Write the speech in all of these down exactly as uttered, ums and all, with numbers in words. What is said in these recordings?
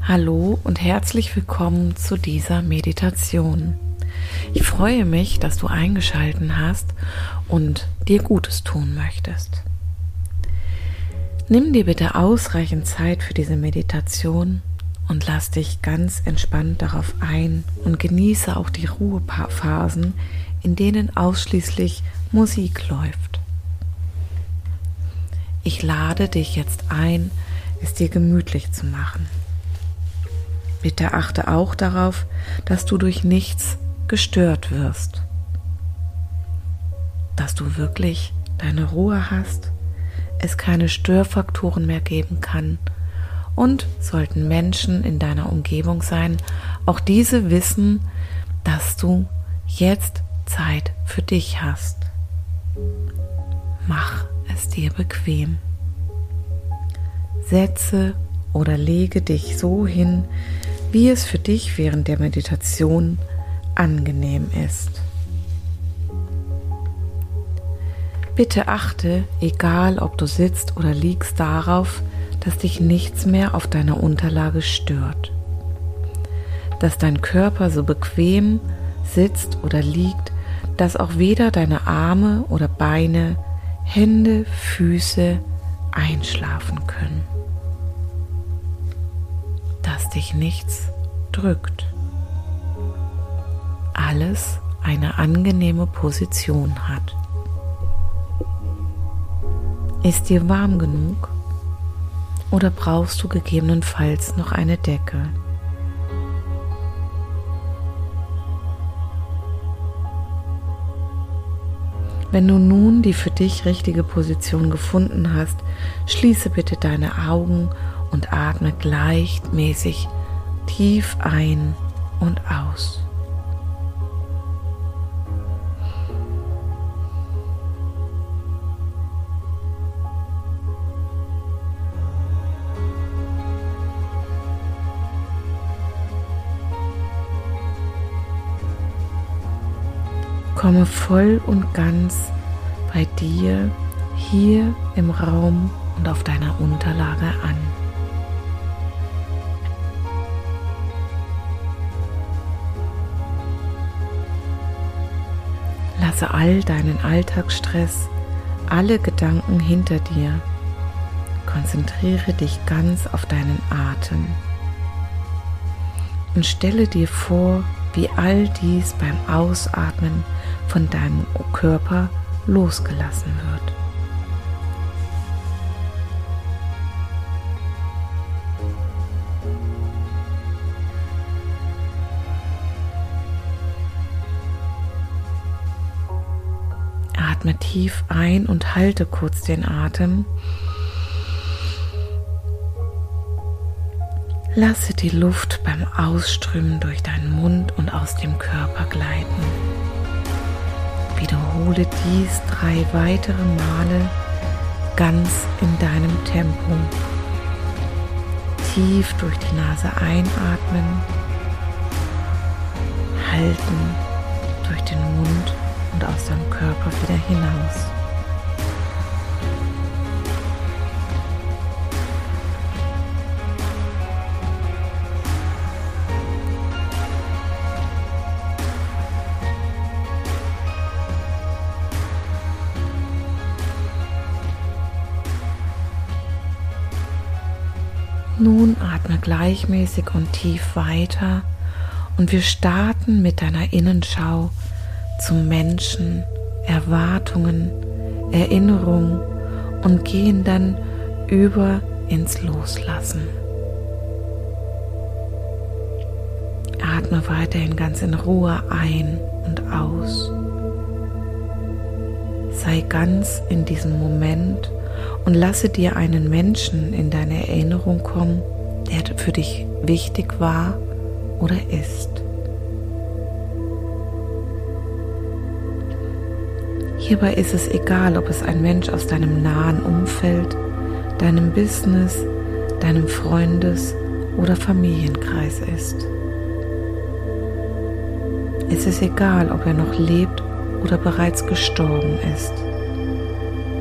Hallo und herzlich willkommen zu dieser Meditation. Ich freue mich, dass du eingeschaltet hast und dir Gutes tun möchtest. Nimm dir bitte ausreichend Zeit für diese Meditation und lass dich ganz entspannt darauf ein und genieße auch die Ruhephasen, in denen ausschließlich Musik läuft. Ich lade dich jetzt ein, es dir gemütlich zu machen. Bitte achte auch darauf, dass du durch nichts gestört wirst, dass du wirklich deine Ruhe hast, es keine Störfaktoren mehr geben kann und sollten Menschen in deiner Umgebung sein, auch diese wissen, dass du jetzt Zeit für dich hast. Mach es dir bequem. Setze oder lege dich so hin, wie es für dich während der Meditation angenehm ist. Bitte achte, egal ob du sitzt oder liegst, darauf, dass dich nichts mehr auf deiner Unterlage stört. Dass dein Körper so bequem sitzt oder liegt, dass auch weder deine Arme oder Beine, Hände, Füße einschlafen können. Dass dich nichts drückt. Alles eine angenehme Position hat. Ist dir warm genug oder brauchst du gegebenenfalls noch eine Decke? Wenn du nun die für dich richtige Position gefunden hast, schließe bitte deine Augen und atme gleichmäßig tief ein und aus. Komme voll und ganz bei dir hier im Raum und auf deiner Unterlage an. Lasse all deinen Alltagsstress, alle Gedanken hinter dir. Konzentriere dich ganz auf deinen Atem und stelle dir vor, wie all dies beim Ausatmen von deinem Körper losgelassen wird. Atme tief ein und halte kurz den Atem. Lasse die Luft beim Ausströmen durch deinen Mund und aus dem Körper gleiten. Wiederhole dies drei weitere Male ganz in deinem Tempo. Tief durch die Nase einatmen, halten durch den Mund und aus deinem Körper wieder hinaus. Nun atme gleichmäßig und tief weiter und wir starten mit deiner Innenschau zum Menschen, Erwartungen, Erinnerungen und gehen dann über ins Loslassen. Atme weiterhin ganz in Ruhe ein und aus. Sei ganz in diesem Moment und lasse dir einen Menschen in deine Erinnerung kommen, der für dich wichtig war oder ist. Hierbei ist es egal, ob es ein Mensch aus deinem nahen Umfeld, deinem Business, deinem Freundes- oder Familienkreis ist. Es ist egal, ob er noch lebt oder bereits gestorben ist.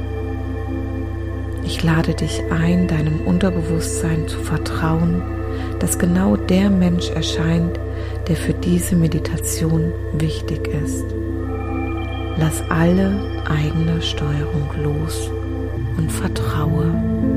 Ich lade dich ein, deinem Unterbewusstsein zu vertrauen, dass genau der Mensch erscheint, der für diese Meditation wichtig ist. Lass alle eigene Steuerung los und vertraue.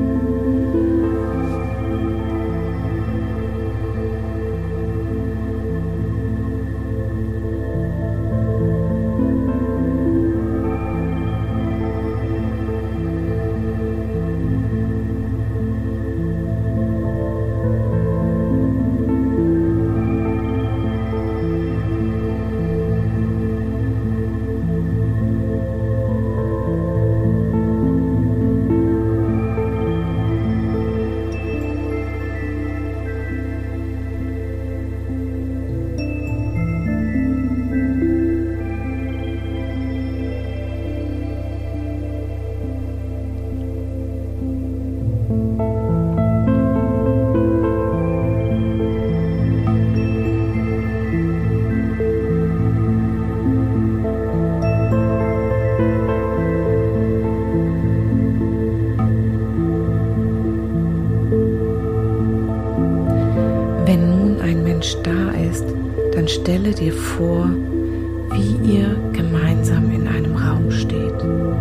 Da ist, dann stelle dir vor, wie ihr gemeinsam in einem Raum steht.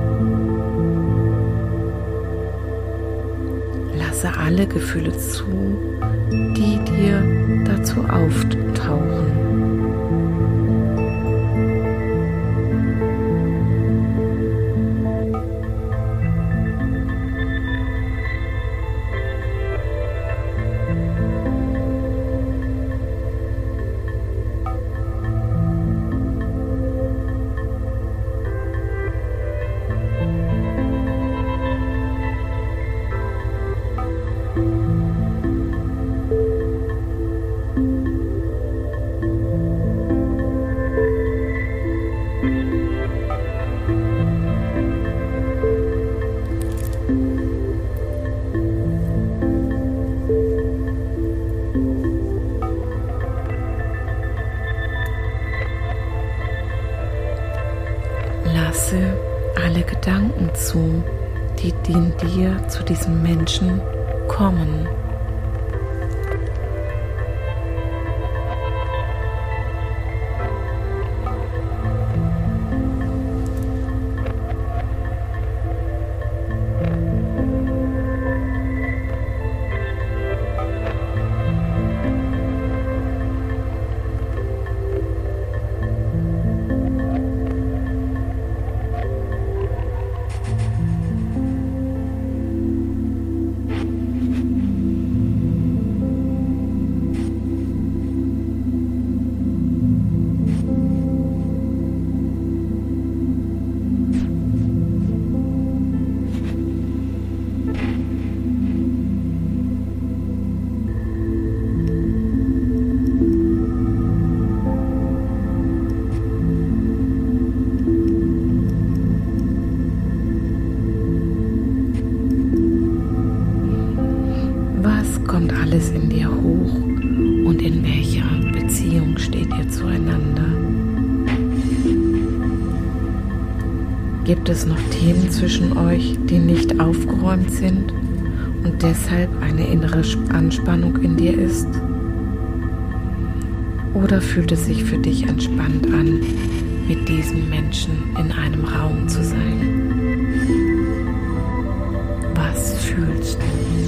Lasse alle Gefühle zu, die dir dazu auftauchen. Lasse alle Gedanken zu, die in dir zu diesem Menschen kommen. Kommt alles in dir hoch und in welcher Beziehung steht ihr zueinander? Gibt es noch Themen zwischen euch, die nicht aufgeräumt sind und deshalb eine innere Anspannung in dir ist? Oder fühlt es sich für dich entspannt an, mit diesen Menschen in einem Raum zu sein? Was fühlst du?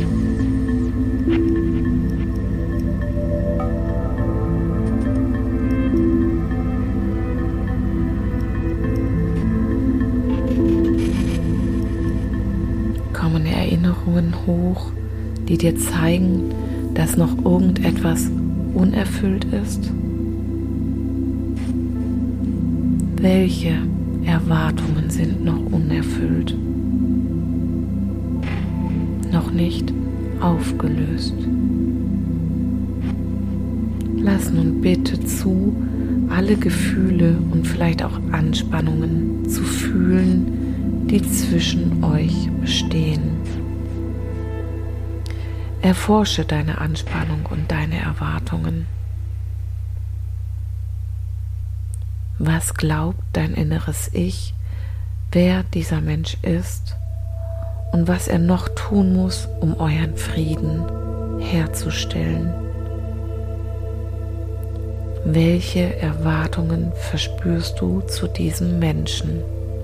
Kommen Erinnerungen hoch, die dir zeigen, dass noch irgendetwas unerfüllt ist? Welche Erwartungen sind noch unerfüllt? Noch nicht aufgelöst? Lass nun bitte zu, alle Gefühle und vielleicht auch Anspannungen zu fühlen, die zwischen euch bestehen. Erforsche deine Anspannung und deine Erwartungen. Was glaubt dein inneres Ich, wer dieser Mensch ist und was er noch tun muss, um euren Frieden herzustellen Welche Erwartungen verspürst du zu diesem Menschen?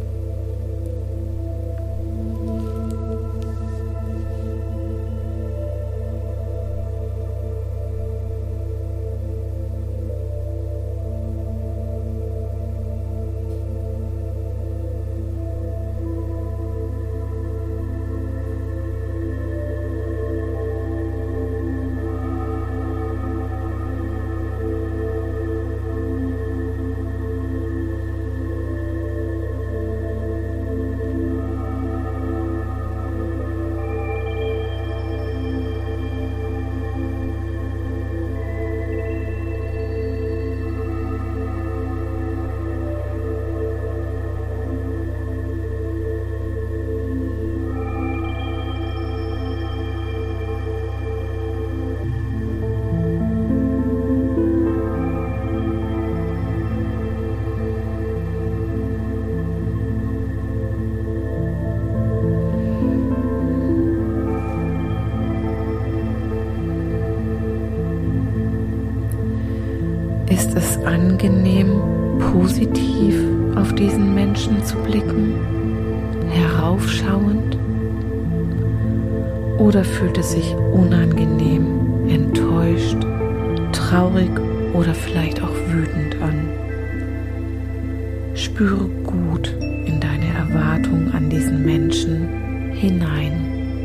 Ist es angenehm, positiv auf diesen Menschen zu blicken, heraufschauend? Oder fühlt es sich unangenehm, enttäuscht, traurig oder vielleicht auch wütend an? Spüre gut in deine Erwartung an diesen Menschen hinein.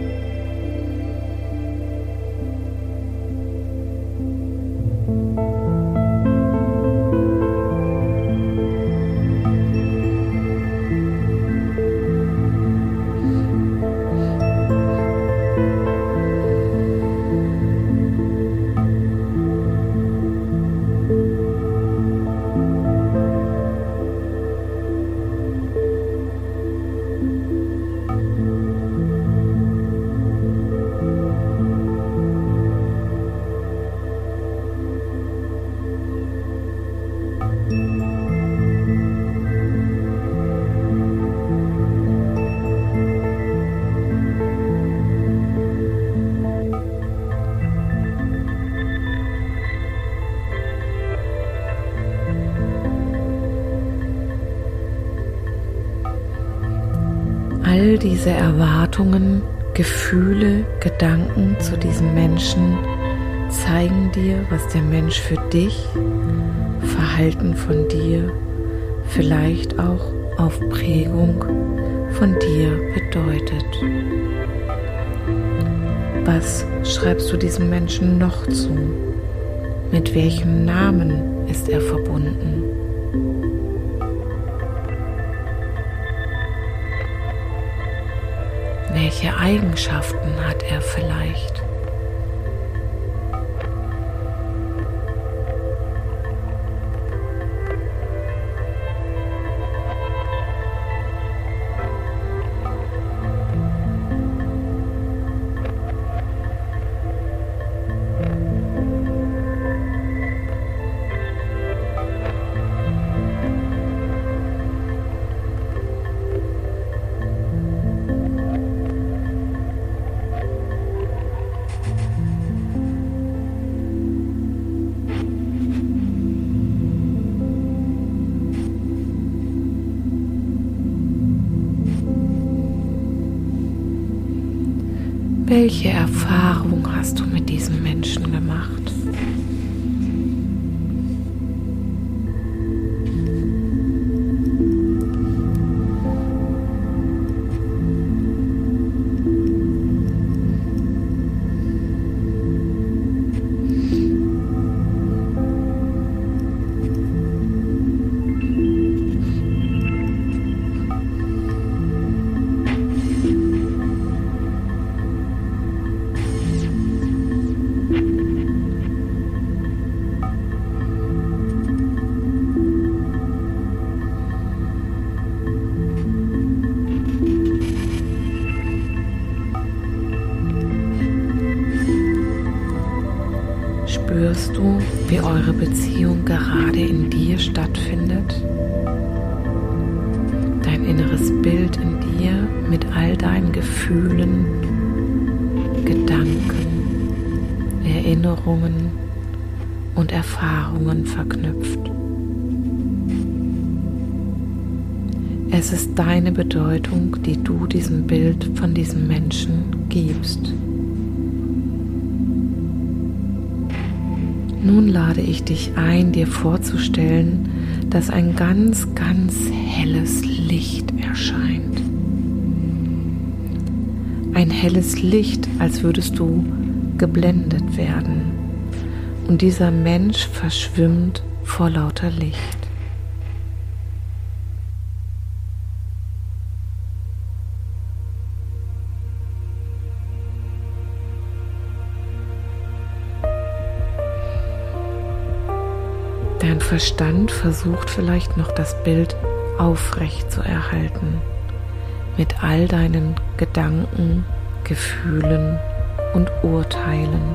All diese Erwartungen, Gefühle, Gedanken zu diesem Menschen zeigen dir, was der Mensch für dich, Verhalten von dir, vielleicht auch Aufprägung von dir bedeutet. Was schreibst du diesem Menschen noch zu? Mit welchem Namen ist er verbunden? Welche Eigenschaften hat er vielleicht? Welche Erfahrung hast du mit diesem Menschen gemacht? Spürst du, wie eure Beziehung gerade in dir stattfindet? Dein inneres Bild in dir mit all deinen Gefühlen, Gedanken, Erinnerungen und Erfahrungen verknüpft. Es ist deine Bedeutung, die du diesem Bild von diesem Menschen gibst. Nun lade ich dich ein, dir vorzustellen, dass ein ganz, ganz helles Licht erscheint. Ein helles Licht, als würdest du geblendet werden. Und dieser Mensch verschwimmt vor lauter Licht. Dein Verstand versucht vielleicht noch das Bild aufrecht zu erhalten, mit all deinen Gedanken, Gefühlen und Urteilen.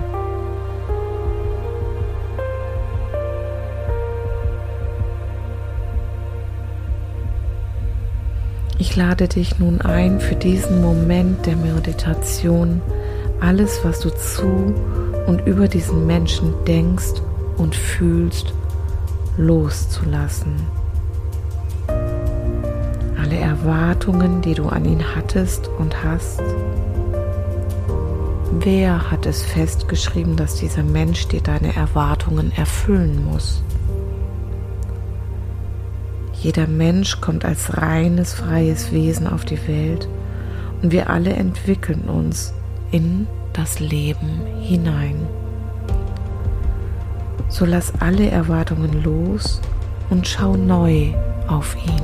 Ich lade dich nun ein, für diesen Moment der Meditation alles, was du zu und über diesen Menschen denkst und fühlst, loszulassen. Alle Erwartungen, die du an ihn hattest und hast. Wer hat es festgeschrieben, dass dieser Mensch dir deine Erwartungen erfüllen muss? Jeder Mensch kommt als reines, freies Wesen auf die Welt und wir alle entwickeln uns in das Leben hinein. So lass alle Erwartungen los und schau neu auf ihn.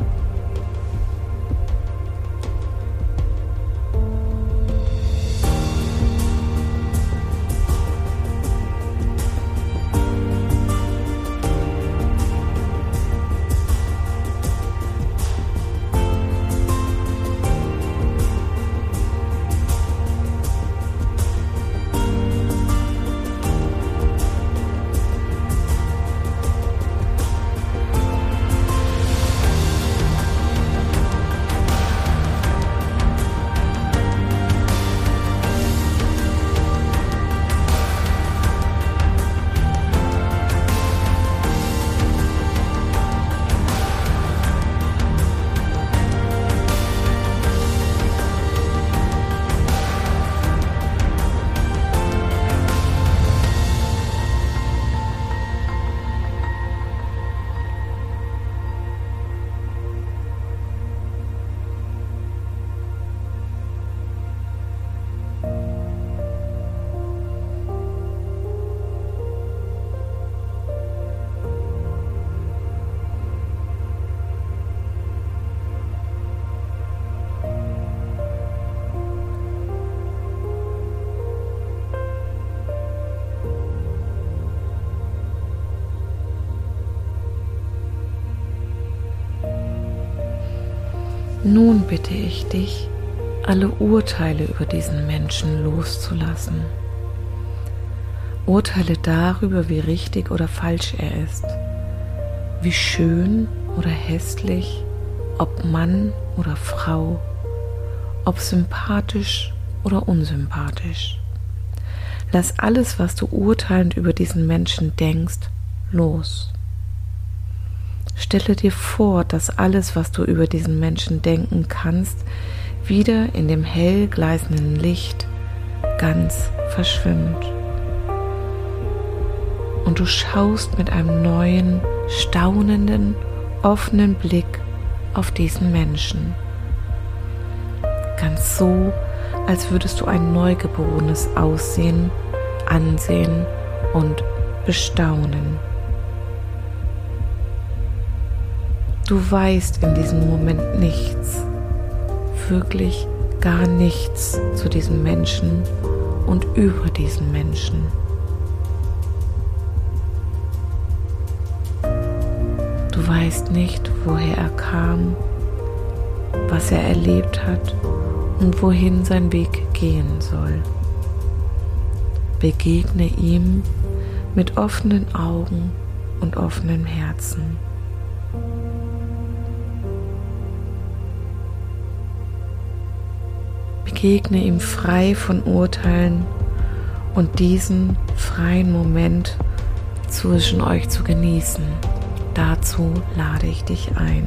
Nun bitte ich dich, alle Urteile über diesen Menschen loszulassen. Urteile darüber, wie richtig oder falsch er ist, wie schön oder hässlich, ob Mann oder Frau, ob sympathisch oder unsympathisch. Lass alles, was du urteilend über diesen Menschen denkst, los. Stelle dir vor, dass alles, was du über diesen Menschen denken kannst, wieder in dem hell gleißenden Licht ganz verschwimmt. Und du schaust mit einem neuen, staunenden, offenen Blick auf diesen Menschen. Ganz so, als würdest du ein Neugeborenes aussehen, ansehen und bestaunen. Du weißt in diesem Moment nichts, wirklich gar nichts zu diesem Menschen und über diesen Menschen. Du weißt nicht, woher er kam, was er erlebt hat und wohin sein Weg gehen soll. Begegne ihm mit offenen Augen und offenem Herzen. Begegne ihm frei von Urteilen und diesen freien Moment zwischen euch zu genießen. Dazu lade ich dich ein.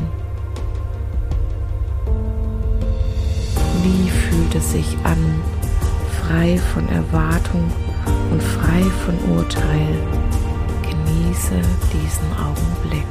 Wie fühlt es sich an, frei von Erwartung und frei von Urteil? Genieße diesen Augenblick.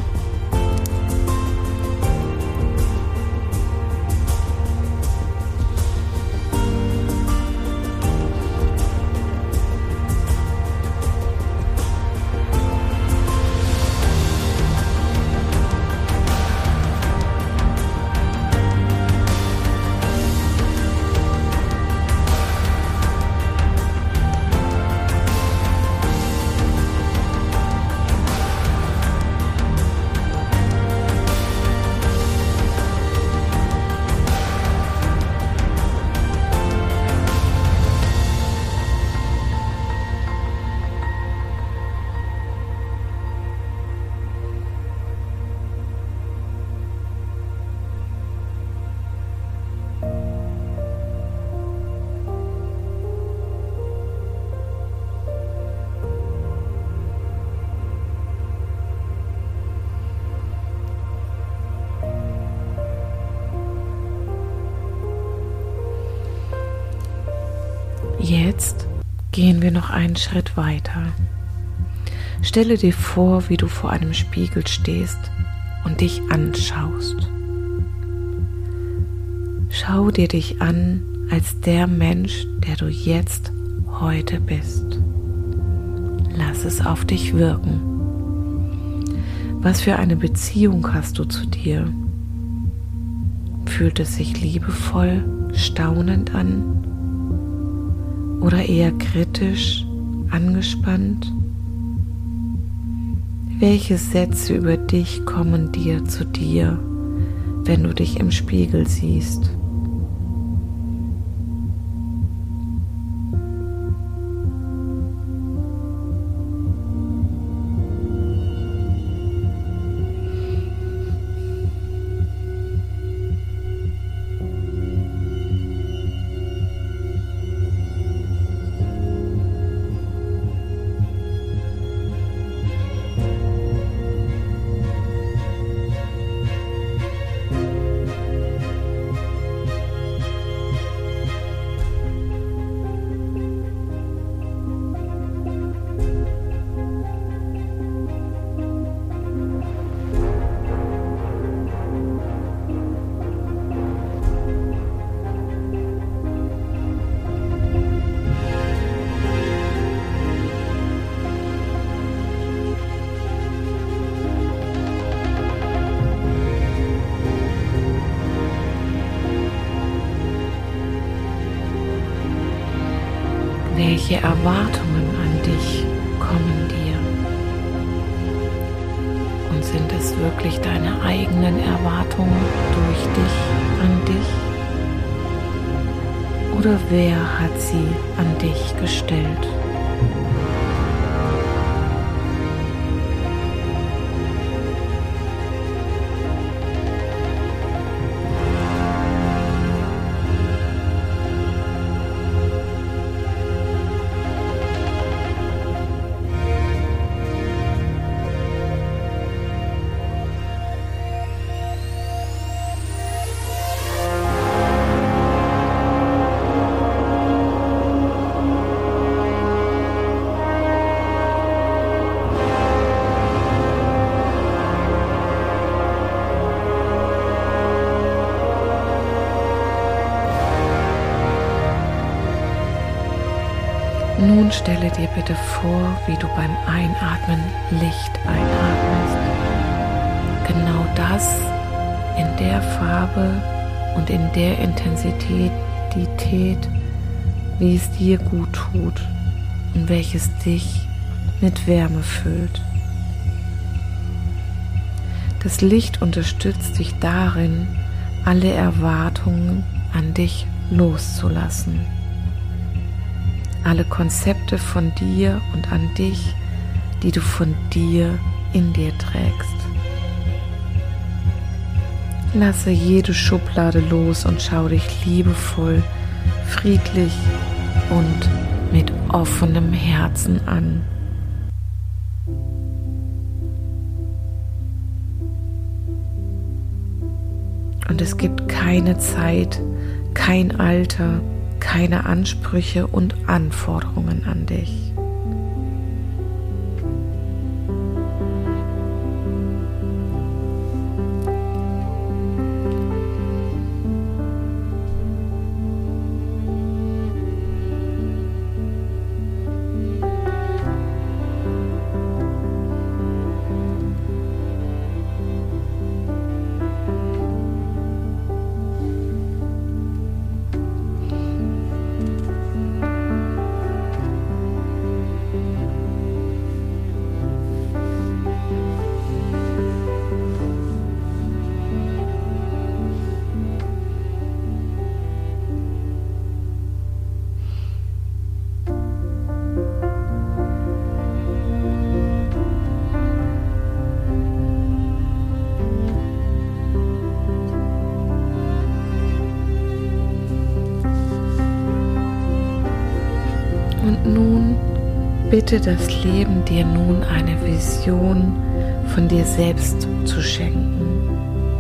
Jetzt gehen wir noch einen Schritt weiter. Stelle dir vor, wie du vor einem Spiegel stehst und dich anschaust. Schau dir dich an als der Mensch, der du jetzt heute bist. Lass es auf dich wirken. Was für eine Beziehung hast du zu dir? Fühlt es sich liebevoll, staunend an? Oder eher kritisch, angespannt? Welche Sätze über dich kommen dir zu dir, wenn du dich im Spiegel siehst? Welche Erwartungen an dich kommen dir? Und sind es wirklich deine eigenen Erwartungen durch dich an dich? Oder wer hat sie an dich gestellt? Nun stelle dir bitte vor, wie du beim Einatmen Licht einatmest. Genau das in der Farbe und in der Intensität, wie es dir gut tut und welches dich mit Wärme füllt. Das Licht unterstützt dich darin, alle Erwartungen an dich loszulassen. Alle Konzepte von dir und an dich, die du von dir in dir trägst. Lasse jede Schublade los und schau dich liebevoll, friedlich und mit offenem Herzen an. Und es gibt keine Zeit, kein Alter, keine Ansprüche und Anforderungen an dich. Und nun bitte das Leben dir nun eine Vision von dir selbst zu schenken,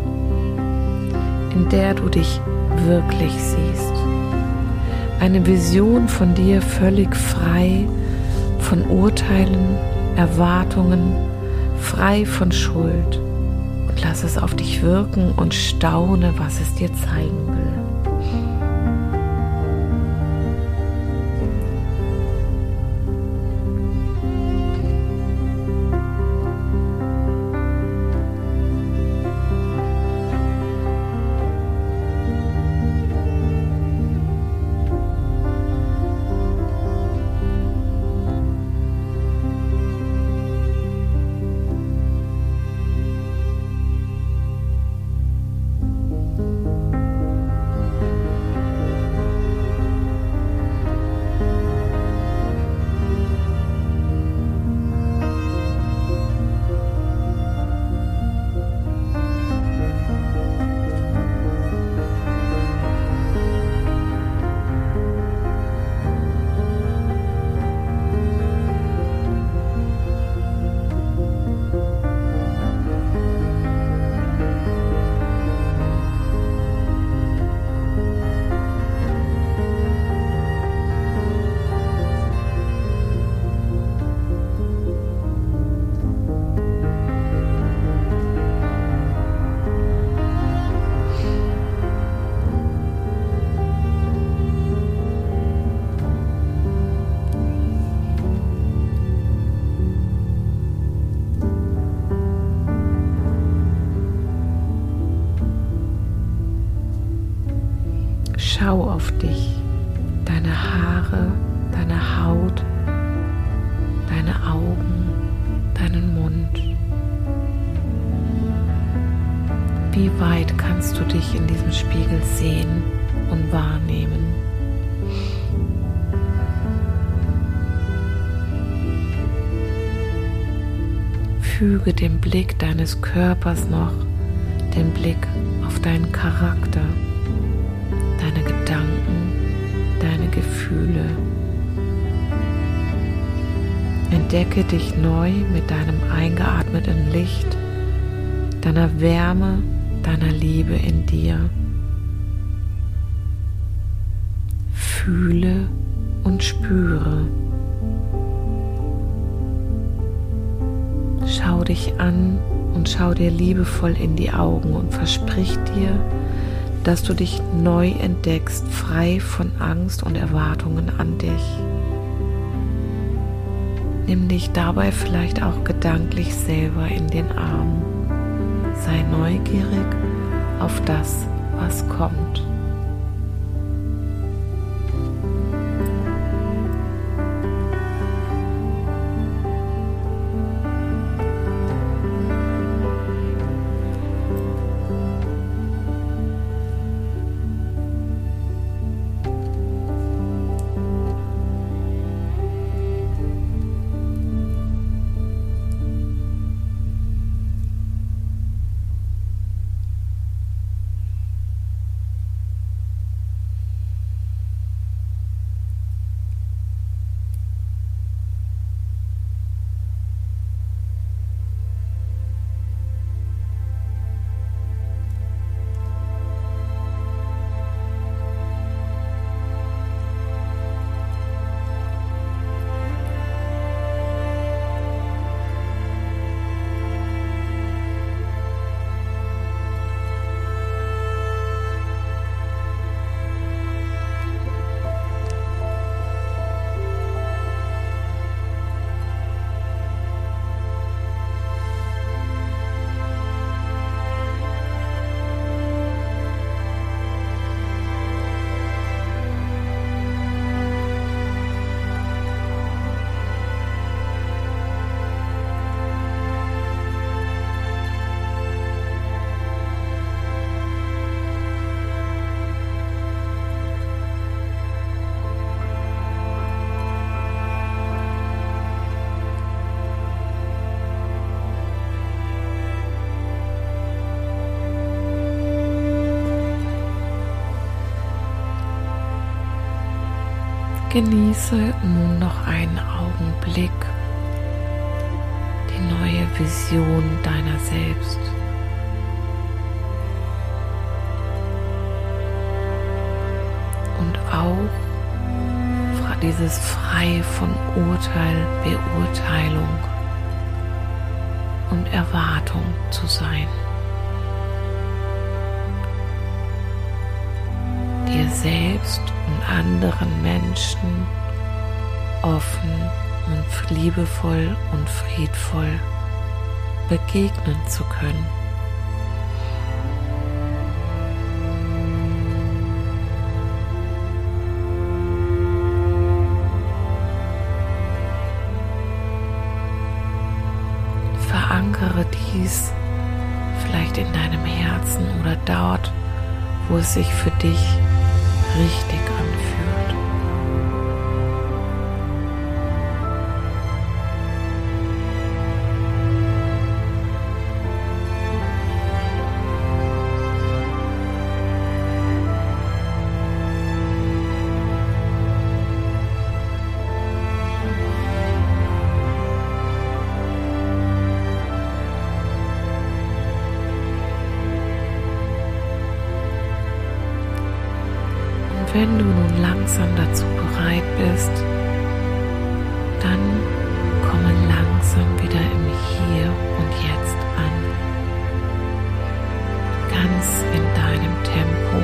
in der du dich wirklich siehst. Eine Vision von dir völlig frei von Urteilen, Erwartungen, frei von Schuld. Und lass es auf dich wirken und staune, was es dir zeigen will. Schau auf dich, deine Haare, deine Haut, deine Augen, deinen Mund. Wie weit kannst du dich in diesem Spiegel sehen und wahrnehmen? Füge dem Blick deines Körpers noch den Blick auf deinen Charakter, deine Gedanken, deine Gefühle. Entdecke dich neu mit deinem eingeatmeten Licht, deiner Wärme, deiner Liebe in dir. Fühle und spüre. Schau dich an und schau dir liebevoll in die Augen und versprich dir, dass du dich neu entdeckst, frei von Angst und Erwartungen an dich. Nimm dich dabei vielleicht auch gedanklich selber in den Arm. Sei neugierig auf das, was kommt. Genieße nun noch einen Augenblick die neue Vision deiner selbst. Und auch dieses frei von Urteil, Beurteilung und Erwartung zu sein. Dir selbst und anderen Menschen offen und liebevoll und friedvoll begegnen zu können. Verankere dies vielleicht in deinem Herzen oder dort, wo es sich für dich richtig anfühlt. Wenn du nun langsam dazu bereit bist, dann komme langsam wieder im Hier und Jetzt an. Ganz in deinem Tempo.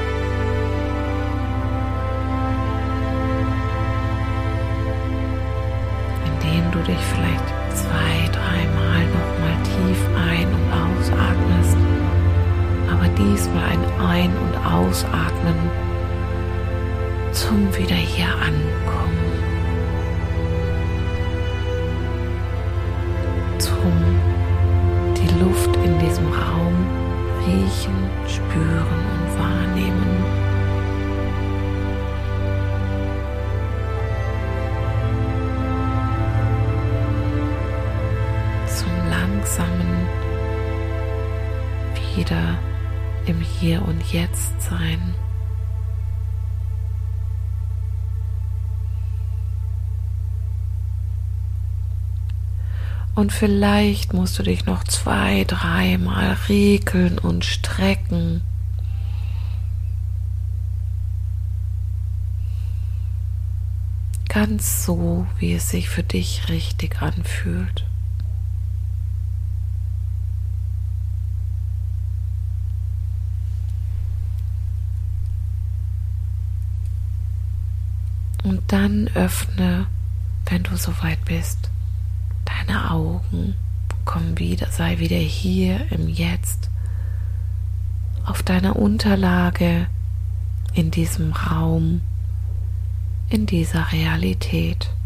Indem du dich vielleicht zwei, dreimal nochmal tief ein- und ausatmest, aber diesmal ein Ein- und Ausatmen zum wieder hier ankommen, zum die Luft in diesem Raum riechen, spüren und wahrnehmen. Zum langsamen wieder im Hier und Jetzt sein. Und vielleicht musst du dich noch zwei, dreimal regeln und strecken. Ganz so, wie es sich für dich richtig anfühlt. Und dann öffne, wenn du soweit bist, deine Augen, komm wieder, sei wieder hier im Jetzt, auf deiner Unterlage, in diesem Raum, in dieser Realität.